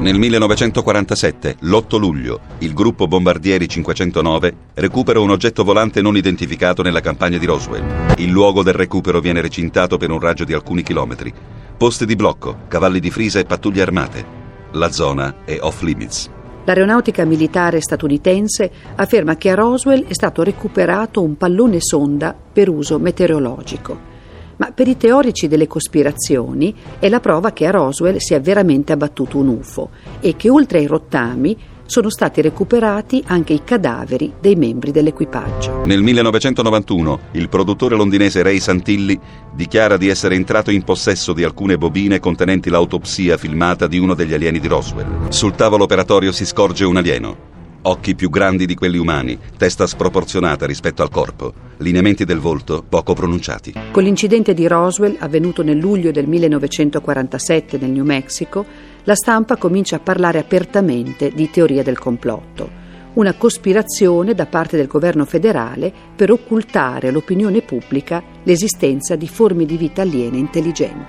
Nel 1947, l'8 luglio, il gruppo bombardieri 509 recupera un oggetto volante non identificato nella campagna di Roswell. Il luogo del recupero viene recintato per un raggio di alcuni chilometri. Posti di blocco, cavalli di frisa e pattuglie armate. La zona è off limits. L'aeronautica militare statunitense afferma che a Roswell è stato recuperato un pallone sonda per uso meteorologico. Ma per i teorici delle cospirazioni è la prova che a Roswell sia veramente abbattuto un UFO e che oltre ai rottami sono stati recuperati anche i cadaveri dei membri dell'equipaggio. Nel 1991 il produttore londinese Ray Santilli dichiara di essere entrato in possesso di alcune bobine contenenti l'autopsia filmata di uno degli alieni di Roswell. Sul tavolo operatorio si scorge un alieno. Occhi più grandi di quelli umani, testa sproporzionata rispetto al corpo, lineamenti del volto poco pronunciati. Con l'incidente di Roswell, avvenuto nel luglio del 1947 nel New Mexico, la stampa comincia a parlare apertamente di teoria del complotto, una cospirazione da parte del governo federale per occultare all'opinione pubblica l'esistenza di forme di vita aliene intelligenti.